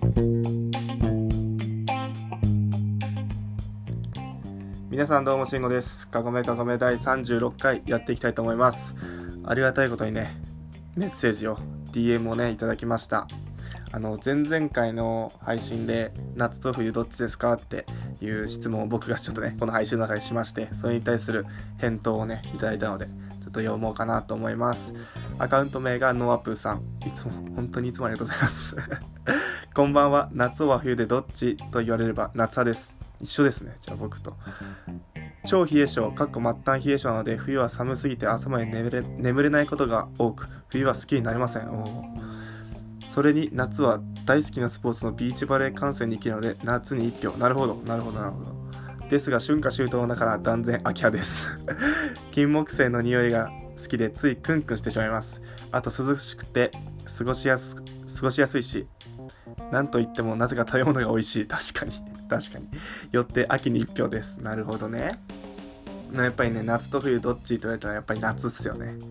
皆さんどうもしんごです。かごめかごめ第36回やっていきたいと思います。ありがたいことにね、メッセージを DM をねいただきました。前々回の配信で夏と冬どっちですかっていう質問を僕がちょっとねこの配信の中でしまして、それに対する返答をねいただいたのでちょっと読もうかなと思います。アカウント名がノアプーさん、本当にいつもありがとうございますこんばんは。夏は冬でどっちと言われれば夏派です。一緒ですね。じゃあ僕と超冷え性末端冷え性なので、冬は寒すぎて朝まで眠れないことが多く、冬は好きになれません。それに夏は大好きなスポーツのビーチバレー観戦に行けるので夏に1票。なるほどですが、春夏秋冬だから断然秋派です金木犀の匂いが好きでついクンクンしてしまいます。あと涼しくて過ごしやすいし、なんといってもなぜか食べ物が美味しい。確かによって秋に1票です。なるほどね。やっぱりね、夏と冬どっちと言われたらやっぱり夏っすよね。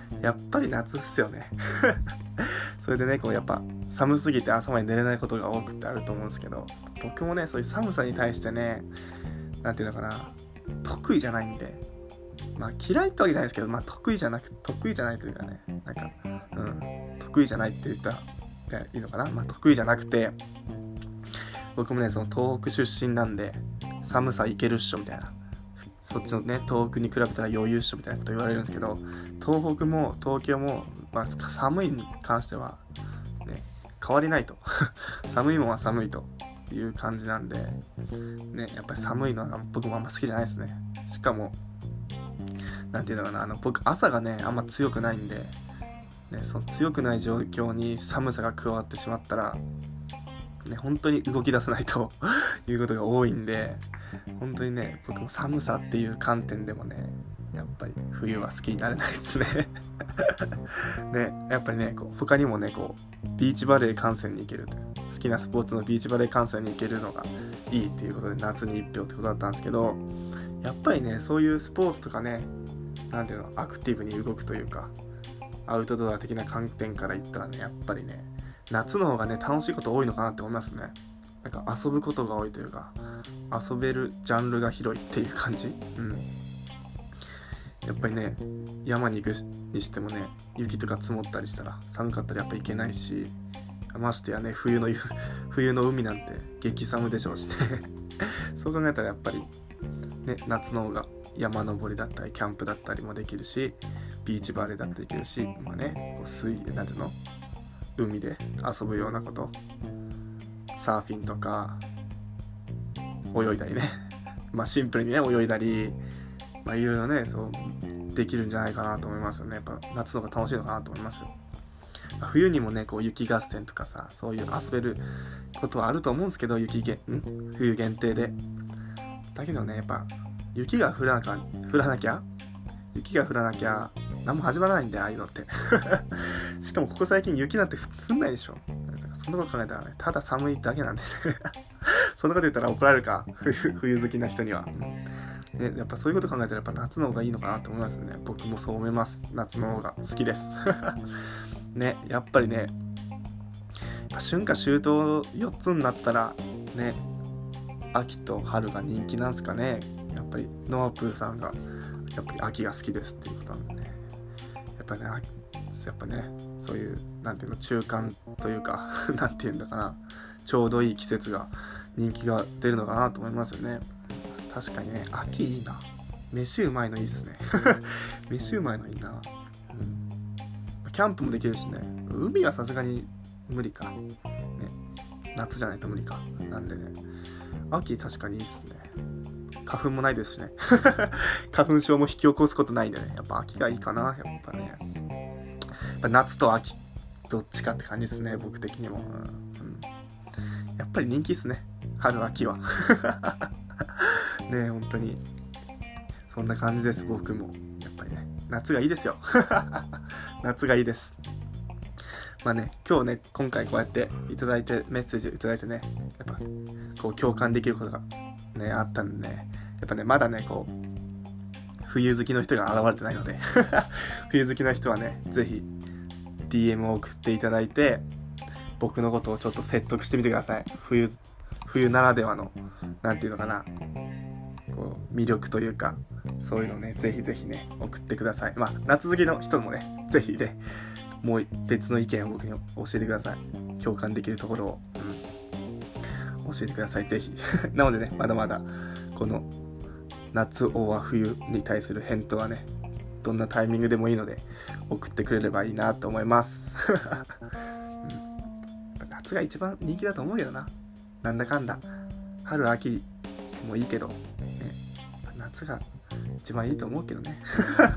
それでね、こうやっぱ寒すぎて朝まで寝れないことが多くってあると思うんですけど、僕もねそういう寒さに対してね、なんていうのかな、得意じゃないんで、嫌いってわけじゃないですけど、得意じゃないというかね、得意じゃないって言ったらいいのかな。得意じゃなくて、僕もねその東北出身なんで、寒さいけるっしょみたいな、そっちのね東北に比べたら余裕っしょみたいなこと言われるんですけど、東北も東京も、寒いに関してはね変わりないと寒いもんは寒いという感じなんでね、やっぱり寒いのは僕もあんま好きじゃないですね。しかもなんていうのかな、僕朝がねあんま強くないんで、その強くない状況に寒さが加わってしまったらね、本当に動き出さないということが多いんで、本当にね僕も寒さっていう観点でもねやっぱり冬は好きになれないですねね、やっぱりねこう他にもねこうビーチバレー観戦に行けるという、好きなスポーツのビーチバレー観戦に行けるのがいいっていうことで夏に1票ってことだったんですけど、やっぱりねそういうスポーツとかね、なんていうの、アクティブに動くというかアウトドア的な観点から言ったらね、やっぱりね夏の方がね楽しいこと多いのかなって思いますね。なんか遊ぶことが多いというか、遊べるジャンルが広いっていう感じ。やっぱりね山に行くにしてもね、雪とか積もったりしたら寒かったらやっぱ行けないし、ましてやね冬の海なんて激寒でしょうしねそう考えたらやっぱりね夏の方が山登りだったりキャンプだったりもできるし、ビーチバレーだってできるし、こうなんていうの、海で遊ぶようなこと、サーフィンとか泳いだりねシンプルにね泳いだり、いろいろねそうできるんじゃないかなと思いますよね。やっぱ夏の方が楽しいのかなと思いますよ。冬にもねこう雪合戦とかさ、そういう遊べることはあると思うんですけど、冬限定で。だけどねやっぱ雪が降らなきゃ何も始まらないんで、ああいうのってしかもここ最近雪なんて降んないでしょ。そんなこと考えたらね、ただ寒いだけなんでそんなこと言ったら怒られるか冬好きな人にはね。やっぱそういうこと考えたらやっぱ夏の方がいいのかなと思いますね。僕もそう思います。夏の方が好きですね。やっぱりね春夏秋冬4つになったらね、秋と春が人気なんすかね。やっぱりノアプーさんがやっぱり秋が好きですっていうことなんでね、やっぱねそういうなんていうの、中間というかなんていうんだかな、ちょうどいい季節が人気が出るのかなと思いますよね。確かにね秋いいな。飯うまいのいいっすね飯うまいのいいな。キャンプもできるしね。海はさすがに無理かね、夏じゃないと無理かなんでね、秋確かにいいっすね。花粉もないですしね花粉症も引き起こすことないんでね、やっぱ秋がいいかな。やっぱね夏と秋どっちかって感じですね、僕的にも。やっぱり人気っすね、春秋はね、本当にそんな感じです。僕もやっぱりね夏がいいですよ夏がいいです。今日今回こうやっていただいて、メッセージいただいてね、やっぱこう共感できることがねあったんでね、やっぱねまだねこう冬好きの人が現れてないので冬好きな人はねぜひ DM を送っていただいて、 僕のことをちょっと説得してみてください。冬ならではのなんていうのかな、こう魅力というか、そういうのをねぜひぜひね送ってください。まあ夏好きの人もねぜひねもう別の意見を僕に教えてください。共感できるところを、教えてくださいぜひなのでね、まだまだこの夏は冬に対する返答はねどんなタイミングでもいいので送ってくれればいいなと思います夏が一番人気だと思うけどな。なんだかんだ春秋もいいけど、ね、夏が一番いいと思うけどね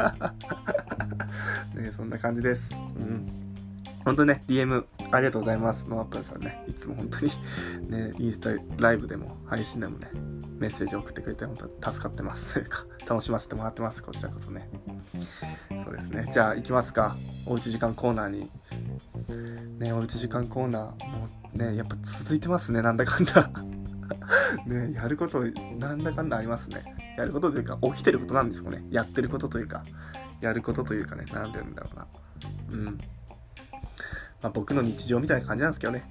ね、そんな感じです。本当にね DM ありがとうございます。ノーアップさんね、いつも本当にねインスタライブでも配信でもねメッセージ送ってくれて本当助かってますというか楽しませてもらってます。こちらこそね。そうですね、じゃあ行きますか。おうち時間コーナーにね。おうち時間コーナーもねやっぱ続いてますね、なんだかんだね、やることなんだかんだありますね。やることというか起きてることなんですよね。やってることというかやることというかね、なんて言うんだろうな、まあ、僕の日常みたいな感じなんですけどね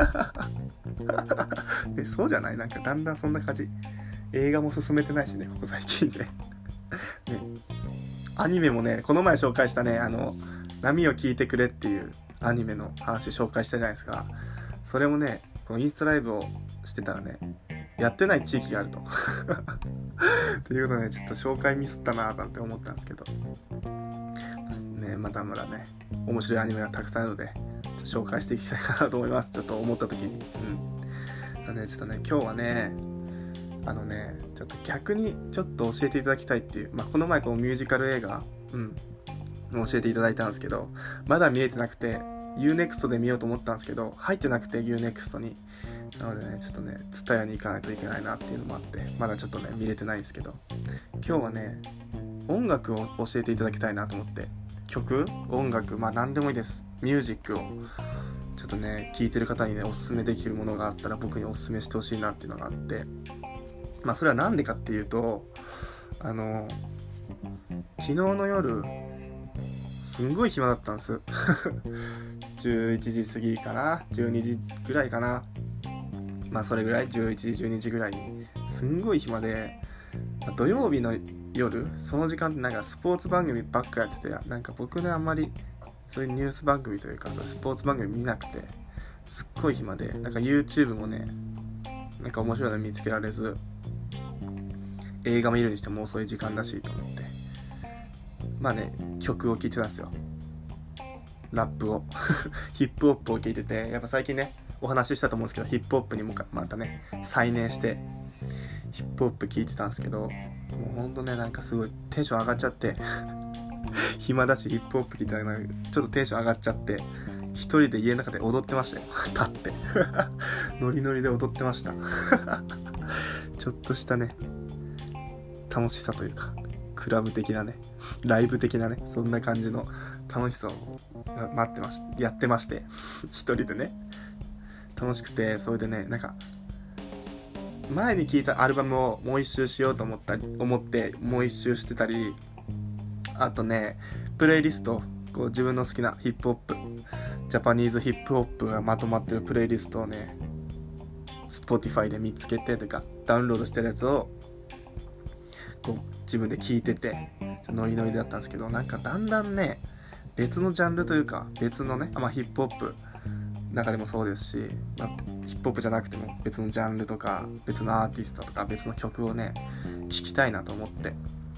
でそうじゃない、なんかだんだんそんな感じ。映画も進めてないしね、ここ最近ねね、アニメもねこの前紹介したね波を聞いてくれっていうアニメの話紹介したじゃないですか。それもねこのインスタライブをしてたらねやってない地域があるとということで、ちょっと紹介ミスったなーなんて思ったんですけどね、まだまだね面白いアニメがたくさんあるので紹介していきたいかなと思います。ちょっと思った時にだね、ちょっとね今日はねちょっと逆にちょっと教えていただきたいっていう、この前このミュージカル映画教えていただいたんですけど、まだ見れてなくて UNEXT で見ようと思ったんですけど入ってなくて UNEXT に。なのでねちょっとねTSUTAYAに行かないといけないなっていうのもあってまだちょっとね見れてないんですけど、今日はね音楽を教えていただきたいなと思って、音楽何でもいいです。ミュージックをちょっとね聴いてる方にねおすすめできるものがあったら僕におすすめしてほしいなっていうのがあって、それはなんでかっていうと昨日の夜すんごい暇だったんです11時過ぎかな12時ぐらいかな、それぐらい11時12時ぐらいにすんごい暇で、土曜日の夜その時間ってなんかスポーツ番組ばっかやってて、なんか僕ねあんまりそういうニュース番組というかスポーツ番組見なくてすっごい暇で、なんか YouTube もねなんか面白いの見つけられず、映画見るにしても遅い時間だしと思って曲を聴いてたんですよ。ラップをヒップホップを聴いてて、やっぱ最近ねお話ししたと思うんですけどヒップホップにもまたね再燃してヒップホップ聴いてたんですけど、もうほんとねなんかすごいテンション上がっちゃって暇だしヒップホップ聴いたらちょっとテンション上がっちゃって一人で家の中で踊ってましたよ立ってノリノリで踊ってましたちょっとしたね楽しさというかクラブ的なねライブ的なねそんな感じの楽しさをやってまして一人でね楽しくて、それでねなんか前に聴いたアルバムをもう一周しようと思ってもう一周してたり、あとねプレイリストこう自分の好きなヒップホップジャパニーズヒップホップがまとまってるプレイリストをね Spotify で見つけてというかダウンロードしてるやつをこう自分で聴いててノリノリだったんですけど、なんかだんだんね別のジャンルというか別のねヒップホップ中でもそうですし、ヒップホップじゃなくても別のジャンルとか別のアーティストとか別の曲をね聴きたいなと思って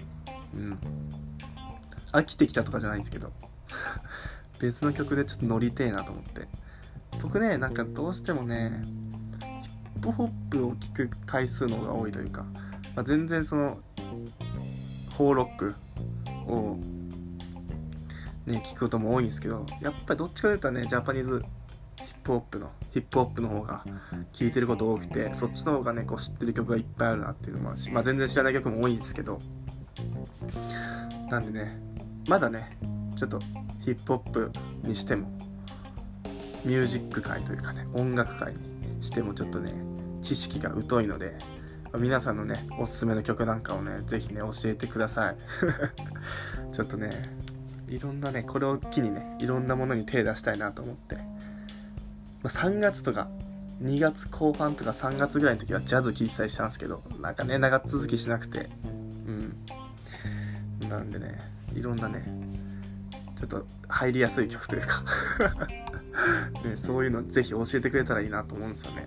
飽きてきたとかじゃないんですけど別の曲でちょっと乗りてえなと思って、僕ねなんかどうしてもねヒップホップを聴く回数の方が多いというか、全然そのホーロックをね聞くことも多いんですけど、やっぱりどっちかというとねジャパニーズヒップホップの方が聴いてること多くて、そっちの方がねこう知ってる曲がいっぱいあるなっていうのもあるし、全然知らない曲も多いんですけど、なんでねまだねちょっとヒップホップにしてもミュージック界というかね音楽界にしてもちょっとね知識が疎いので、皆さんのねおすすめの曲なんかをねぜひね教えてくださいちょっとねいろんなねこれを機にねいろんなものに手出したいなと思って 3月とか2月後半とか3月ぐらいの時はジャズ聴いてたりしたんですけど、なんかね長続きしなくて、なんでね、いろんなねちょっと入りやすい曲というかね、そういうのぜひ教えてくれたらいいなと思うんですよね。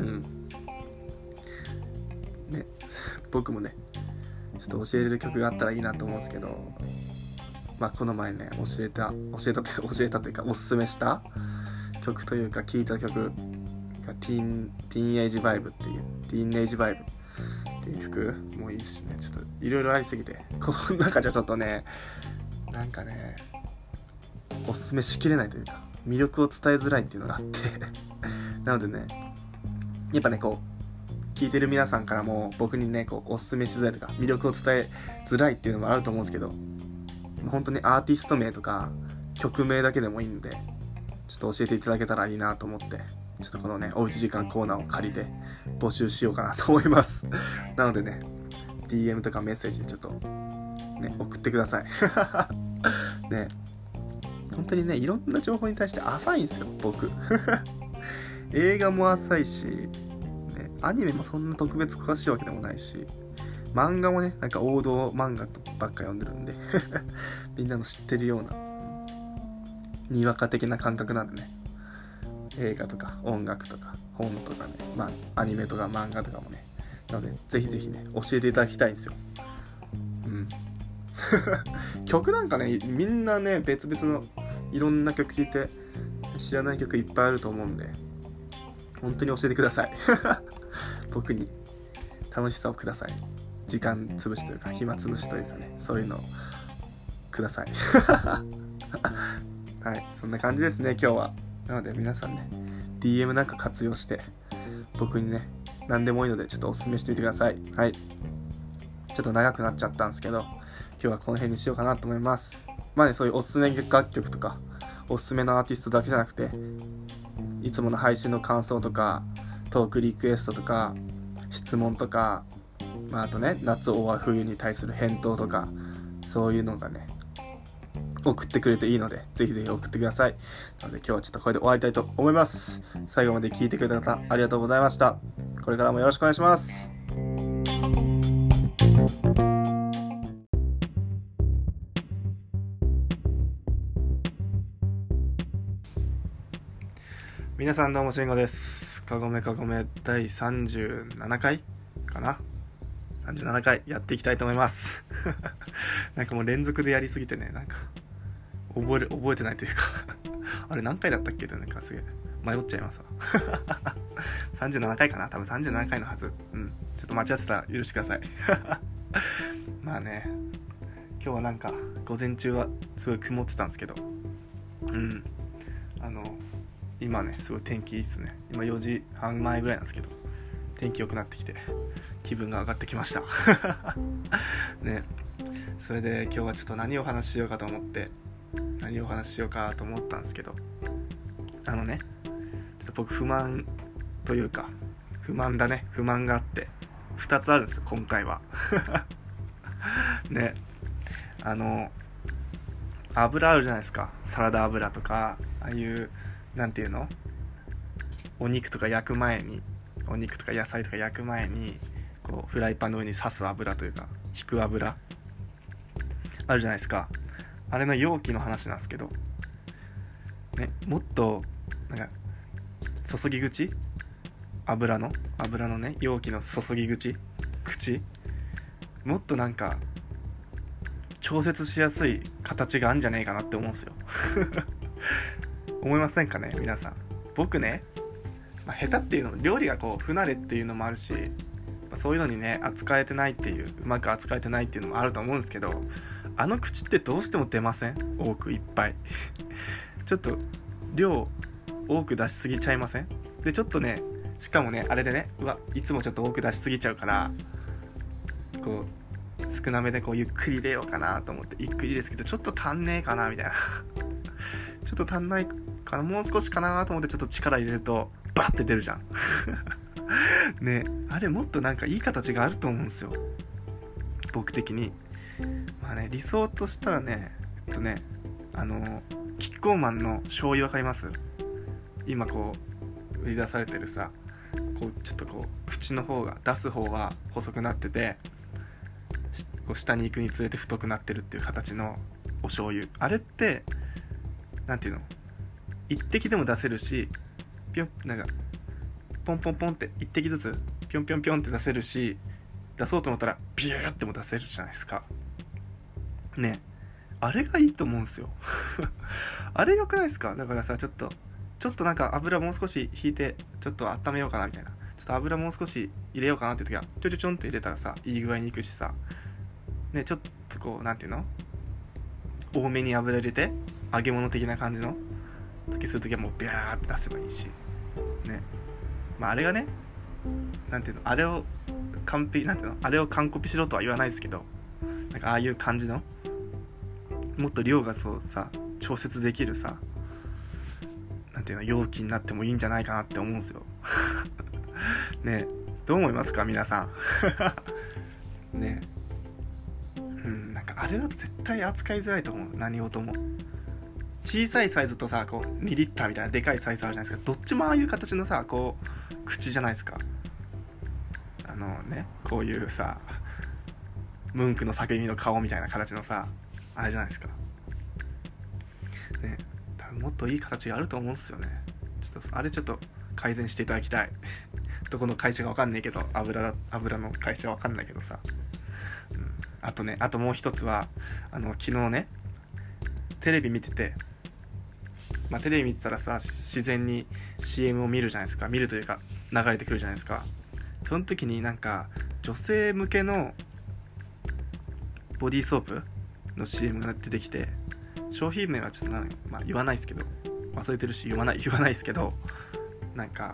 ね、僕もねちょっと教えれる曲があったらいいなと思うんですけど、この前ね教えたというかおすすめした曲というか聴いた曲がティーンエイジバイブっていう曲もいいですしね、ちょっといろいろありすぎてこの中じゃちょっとねなんかねおすすめしきれないというか魅力を伝えづらいっていうのがあってなのでね、やっぱねこう聞いてる皆さんからも僕にねこうおすすめしづらいとか魅力を伝えづらいっていうのもあると思うんですけど、本当にアーティスト名とか曲名だけでもいいんでちょっと教えていただけたらいいなと思って、ちょっとこのねおうち時間コーナーを借りて募集しようかなと思いますなのでね DM とかメッセージでちょっとね送ってくださいね、本当にねいろんな情報に対して浅いんですよ僕映画も浅いし、ね、アニメもそんな特別詳しいわけでもないし、漫画もねなんか王道漫画ばっか読んでるんでみんなの知ってるようなにわか的な感覚なんでね、映画とか音楽とか本とかね、アニメとか漫画とかもね、なのでぜひぜひね教えていただきたいんですよ。曲なんかねみんなね別々のいろんな曲聴いて知らない曲いっぱいあると思うんで本当に教えてください僕に楽しさをください。時間潰しというか暇潰しというかね、そういうのをくださいはい、そんな感じですね今日は。なので皆さんね DM なんか活用して僕にね何でもいいのでちょっとおすすめしてみてください。はい、ちょっと長くなっちゃったんですけど今日はこの辺にしようかなと思います。そういうおすすめ楽曲とかおすすめのアーティストだけじゃなくていつもの配信の感想とかトークリクエストとか質問とか、あとね夏終冬に対する返答とかそういうのがね送ってくれていいのでぜひぜひ送ってください。なので今日はちょっとこれで終わりたいと思います。最後まで聞いてくれた方ありがとうございました。これからもよろしくお願いします。皆さんどうもしんごです。かごめ第37回かな、37回やっていきたいと思いますなんかもう連続でやりすぎてねなんか覚えてないというかあれ何回だったっけってなんかすげえ迷っちゃいますわ37回かな、多分37回のはず。ちょっと間違ってたら許してください今日はなんか午前中はすごい曇ってたんですけど今ねすごい天気いいっすね。今4時半前ぐらいなんですけど天気良くなってきて気分が上がってきましたね。それで今日はちょっと何をお話ししようかと思ったんですけど、ちょっと僕不満があって2つあるんですよ今回はね、油あるじゃないですか、サラダ油とかああいうなんていうの、お肉とか野菜とか焼く前にこうフライパンの上に刺す油というか引く油あるじゃないですか。あれの容器の話なんですけどね、もっとなんか注ぎ口、油のね容器の注ぎ口もっとなんか調節しやすい形があるんじゃねえかなって思うんですよ思いませんかね皆さん。僕ね、下手っていうのも料理がこう不慣れっていうのもあるし、そういうのにねうまく扱えてないっていうのもあると思うんですけど、あの口ってどうしても出ません？多くいっぱいちょっと量多く出しすぎちゃいません？でちょっとね、しかもねあれでねいつもちょっと多く出しすぎちゃうからこう少なめでこうゆっくり入れようかなと思ってゆっくりですけどちょっと足んねえかなみたいなちょっと足んないかな、もう少しかなと思ってちょっと力入れるとバッて出るじゃんね、あれもっとなんかいい形があると思うんですよ僕的に。理想としたらねキッコーマンの醤油わかります？今こ売り出されてるさ、こうちょっとこう口の方が出す方が細くなってて、こう下に行くにつれて太くなってるっていう形のお醤油、あれってなんていうの、一滴でも出せるし、ピョンなんかポンポンポンって一滴ずつピョンピョンピョンって出せるし、出そうと思ったらビューっても出せるじゃないですかね。あれがいいと思うんですよあれ良くないですか？だからさ、ちょっとなんか油もう少し引いてちょっと温めようかなみたいな、ちょっと油もう少し入れようかなっていう時はちょちょちょんって入れたらさ、いい具合にいくしさね、ちょっとこうなんていうの、多めに油入れて揚げ物的な感じの時する時はもうビャーって出せばいいしね。まああれがね、なんていうの、あれを完璧なんていうの、あれを完コピしろとは言わないですけど、なんかああいう感じのもっと量がそうさ調節できるさ、なんていうの、容器になってもいいんじゃないかなって思うんですよね。どう思いますか皆さんね。なんかあれだと絶対扱いづらいと思う。何事も小さいサイズとさ、こう2リッターみたいなでかいサイズあるじゃないですか。どっちもああいう形のさ、こう口じゃないですか。ね、こういうさムンクの叫びの顔みたいな形のさ、あれじゃないですかね。多分もっといい形があると思うんですよね。ちょっとあれちょっと改善していただきたいどこの会社か分かんないけど、油の会社は分かんないけどさ、あとね、あともう一つは昨日ねテレビ見てて、テレビ見てたらさ、自然に CM を見るじゃないですか。見るというか流れてくるじゃないですか。その時になんか女性向けのボディーソープの CM が出てきて、商品名はちょっと言わないですけど、忘れてるし言わないですけど、なんか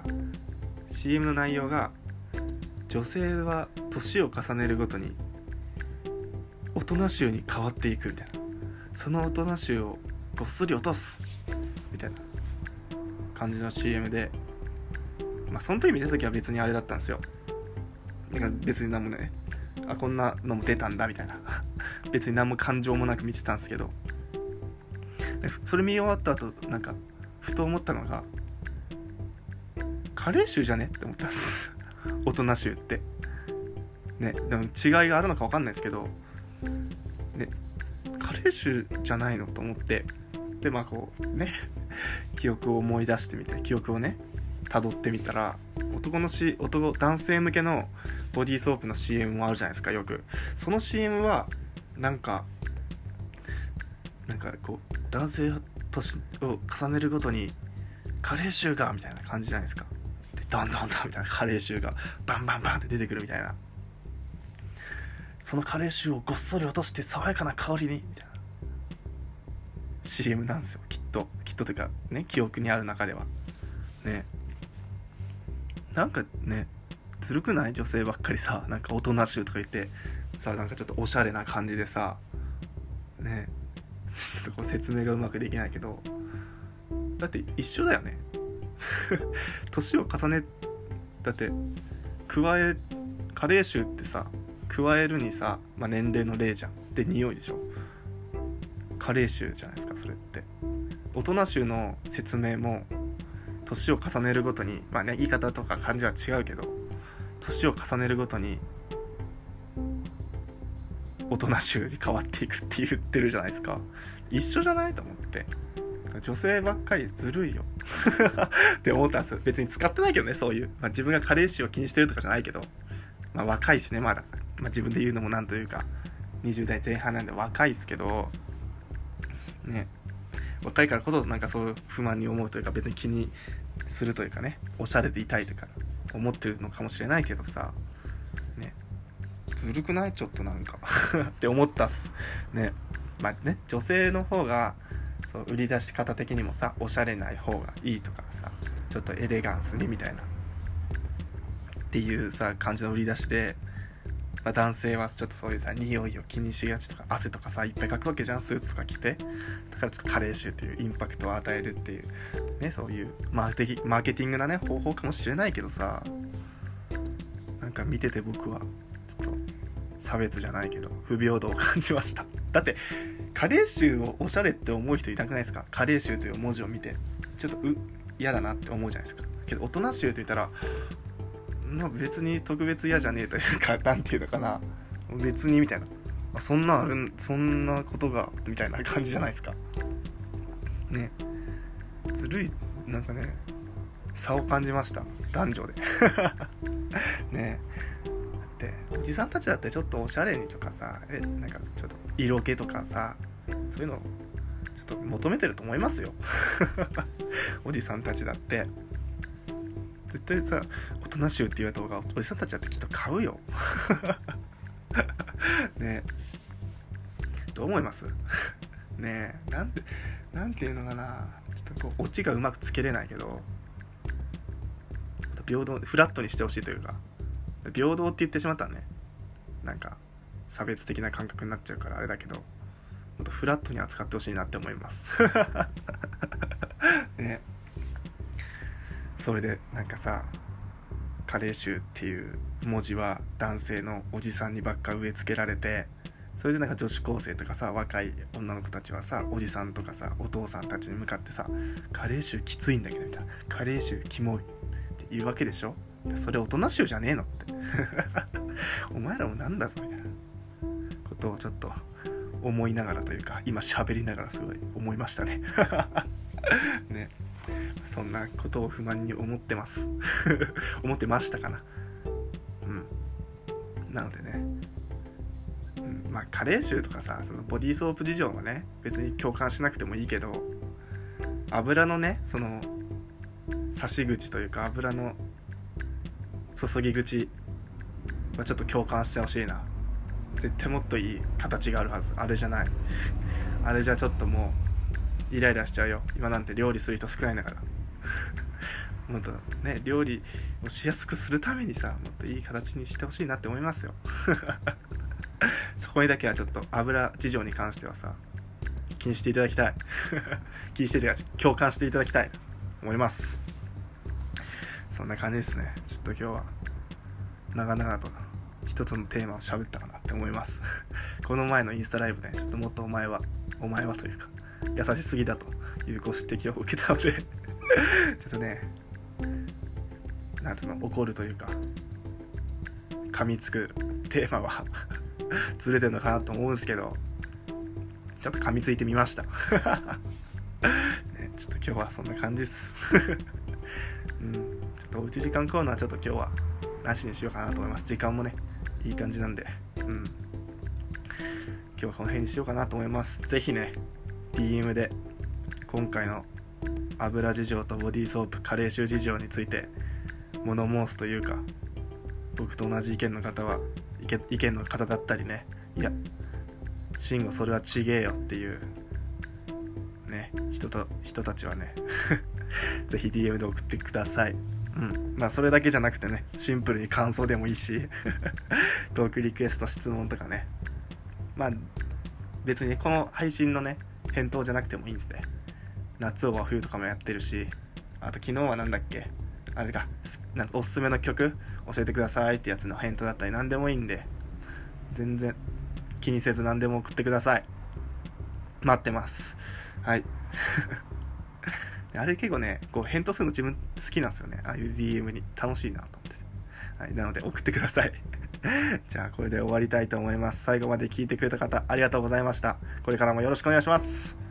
CM の内容が、女性は年を重ねるごとに大人臭に変わっていくみたいな、その大人臭をごっそり落とすみたいな感じの CM で、その時見た時は別にあれだったんですよ。なんか別に何もね、こんなのも出たんだみたいな別に何も感情もなく見てたんですけど、それ見終わった後なんかふと思ったのが、加齢臭じゃねって思ったんです大人臭ってね。でも違いがあるのか分かんないですけどね、加齢臭じゃないのと思って、でこうね記憶を思い出してみて、記憶をね辿ってみたら、男性向けのボディーソープの CM もあるじゃないですか、よく。その CM はなんかこう男性は年を重ねるごとに加齢臭がみたいな感じじゃないですか。でダンダンダンみたいな加齢臭がバンバンバンって出てくるみたいな、その加齢臭をごっそり落として爽やかな香りにみたいな CM なんですよ、きっとというかね、記憶にある中ではね。なんかね、ずるくない？女性ばっかりさ、なんか大人臭とか言ってさ、なんかちょっとおしゃれな感じでさね、ちょっとこう説明がうまくできないけど、だって一緒だよね年を重ね、だって加齢臭ってさ、加えるにさ、年齢の例じゃん。で匂いでしょ、加齢臭じゃないですかそれって。大人臭の説明も年を重ねるごとに、言い方とか感じは違うけど、年を重ねるごとに大人臭に変わっていくって言ってるじゃないですか。一緒じゃないと思って、女性ばっかりずるいよって思ったんですよ。別に使ってないけどね、そういう、自分が加齢臭を気にしてるとかじゃないけど、若いしね、まだ、自分で言うのもなんというか20代前半なんで若いですけどね、若いからこそなんかそういう不満に思うというか、別に気にするというかね、おしゃれでいたいとか思ってるのかもしれないけどさね、ずるくない？ちょっとなんかって思ったっすね。女性の方がそう売り出し方的にもさ、おしゃれない方がいいとかさ、ちょっとエレガンスにみたいなっていうさ感じの売り出しで、男性はちょっとそういうさ匂いを気にしがちとか、汗とかさいっぱいかくわけじゃん、スーツとか着て。だからちょっと加齢臭っていうインパクトを与えるっていうね、そういうマーケティングなね方法かもしれないけどさ、なんか見てて僕はちょっと差別じゃないけど不平等を感じました。だって加齢臭をおしゃれって思う人いなくないですか？加齢臭という文字を見てちょっと嫌だなって思うじゃないですか。 けど大人臭と言ったら、まあ、別に特別嫌じゃねえというか、なんていうのかな、別にみたいな、そんなことがみたいな感じじゃないですかね。ずるい、なんかね、差を感じました、男女でね。だっておじさんたちだってちょっとおしゃれにとかさ、なんかちょっと色気とかさ、そういうのちょっと求めてると思いますよおじさんたちだって絶対さ、大人臭って言われた方がおじさんたちだってきっと買うよね。どう思いますねえ、なんていうのかな、ちょっとこうオチがうまくつけれないけど、平等、フラットにしてほしいというか、平等って言ってしまったらね、なんか差別的な感覚になっちゃうからあれだけど、もっとフラットに扱ってほしいなって思いますね。それでなんかさ、加齢臭っていう文字は男性のおじさんにばっか植え付けられて、それでなんか女子高生とかさ、若い女の子たちはさ、おじさんとかさ、お父さんたちに向かってさ、加齢臭きついんだけどみたいな、加齢臭キモいって言うわけでしょ。それ大人臭じゃねえのってお前らもなんだぞみたいなことをちょっと思いながらというか、今喋りながらすごい思いましたねね。そんなことを不満に思ってます思ってましたかな。なのでね、まあ加齢臭とかさ、そのボディーソープ事情はね、別に共感しなくてもいいけど、油のね、その差し口というか油の注ぎ口はちょっと共感してほしいな。絶対もっといい形があるはず。あれじゃないあれじゃちょっともうイライラしちゃうよ。今なんて料理する人少ないんだからもっとね、料理をしやすくするためにさ、もっといい形にしてほしいなって思いますよそこにだけはちょっと油事情に関してはさ、気にしていただきたい気にしてというか共感していただきたいと思います。そんな感じですね。ちょっと今日は長々と一つのテーマを喋ったかなって思いますこの前のインスタライブで、ちょっともっとお前はというか優しすぎだというご指摘を受けたのでちょっとね、なんていうの、怒るというか噛みつくテーマはずれてるのかなと思うんですけど、ちょっと噛みついてみましたね。ちょっと今日はそんな感じですちょっとおうち時間コーナーちょっと今日はなしにしようかなと思います。時間もねいい感じなんで、今日はこの辺にしようかなと思います。ぜひね DM で今回の油事情とボディーソープ加齢臭事情について物申すというか、僕と同じ意見の方は意見の方だったりね、いや慎吾それはちげえよっていうね人たちはねぜひ DM で送ってください。まあそれだけじゃなくてね、シンプルに感想でもいいしトークリクエスト、質問とかね、まあ別にこの配信のね返答じゃなくてもいいんですね。夏を和冬とかもやってるし、あと昨日はなんだっけ、あれか、なんかおすすめの曲教えてくださいってやつの返答だったり何でもいいんで、全然気にせず何でも送ってください。待ってます。はいあれ結構ね、こう返答するの自分好きなんですよね。ああいう DM に楽しいなと思って。はい、なので送ってくださいじゃあこれで終わりたいと思います。最後まで聞いてくれた方ありがとうございました。これからもよろしくお願いします。